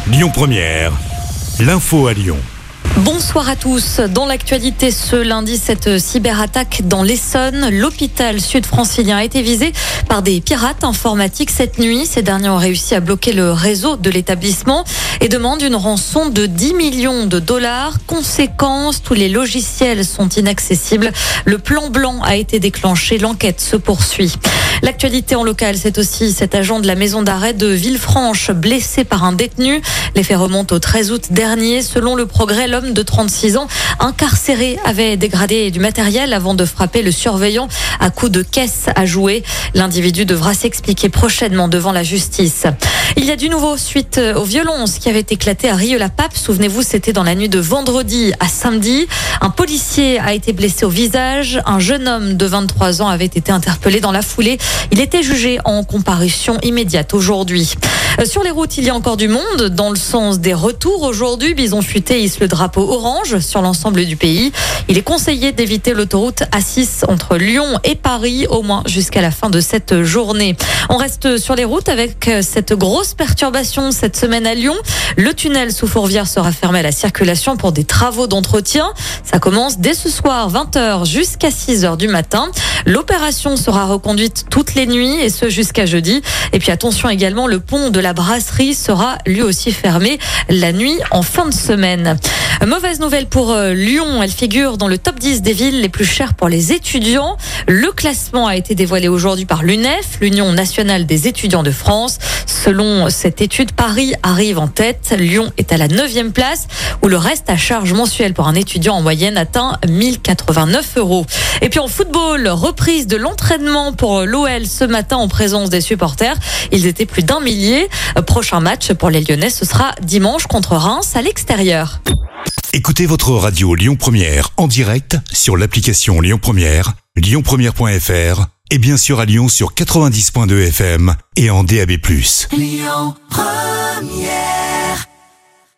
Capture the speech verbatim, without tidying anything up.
Lyon Première, l'info à Lyon. Bonsoir à tous. Dans l'actualité ce lundi, cette cyberattaque dans l'Essonne. L'hôpital sud-francilien a été visé par des pirates informatiques cette nuit. Ces derniers ont réussi à bloquer le réseau de l'établissement et demandent une rançon de dix millions de dollars. Conséquence, tous les logiciels sont inaccessibles. Le plan blanc a été déclenché. L'enquête se poursuit. L'actualité en local, c'est aussi cet agent de la maison d'arrêt de Villefranche blessé par un détenu. Les faits remontent au treize août dernier. Selon le Progrès, l'homme de trente-six ans incarcéré avait dégradé du matériel avant de frapper le surveillant à coups de caisse à jouer. L'individu devra s'expliquer prochainement devant la justice. Il y a du nouveau suite aux violences qui avaient éclaté à Rieux-la-Pape. Souvenez-vous, c'était dans la nuit de vendredi à samedi. Un policier a été blessé au visage. Un jeune homme de vingt-trois ans avait été interpellé dans la foulée. Il était jugé en comparution immédiate aujourd'hui. Sur les routes, il y a encore du monde dans le sens des retours. Aujourd'hui, Bison Futé hisse le drapeau orange sur l'ensemble du pays. Il est conseillé d'éviter l'autoroute A six entre Lyon et Paris, au moins jusqu'à la fin de cette journée. On reste sur les routes avec cette grosse perturbation cette semaine à Lyon. Le tunnel sous Fourvière sera fermé à la circulation pour des travaux d'entretien. Ça commence dès ce soir, vingt heures jusqu'à six heures du matin. L'opération sera reconduite toutes les nuits et ce jusqu'à jeudi. Et puis attention également, le pont de la Brasserie sera lui aussi fermé la nuit en fin de semaine. Mauvaise nouvelle pour Lyon, elle figure dans le top dix des villes les plus chères pour les étudiants. Le classement a été dévoilé aujourd'hui par l'U N E F, l'Union nationale des étudiants de France. Selon cette étude, Paris arrive en tête, Lyon est à la neuvième place, où le reste à charge mensuelle pour un étudiant en moyenne atteint mille quatre-vingt-neuf euros. Et puis en football, reprise de l'entraînement pour l'O L ce matin en présence des supporters. Ils étaient plus d'un millier. Prochain match pour les Lyonnais, ce sera dimanche contre Reims à l'extérieur. Écoutez votre radio Lyon Première en direct sur l'application Lyon Première, lyon première point f r et bien sûr à Lyon sur quatre-vingt-dix point deux F M et en D A B plus. Lyon Première.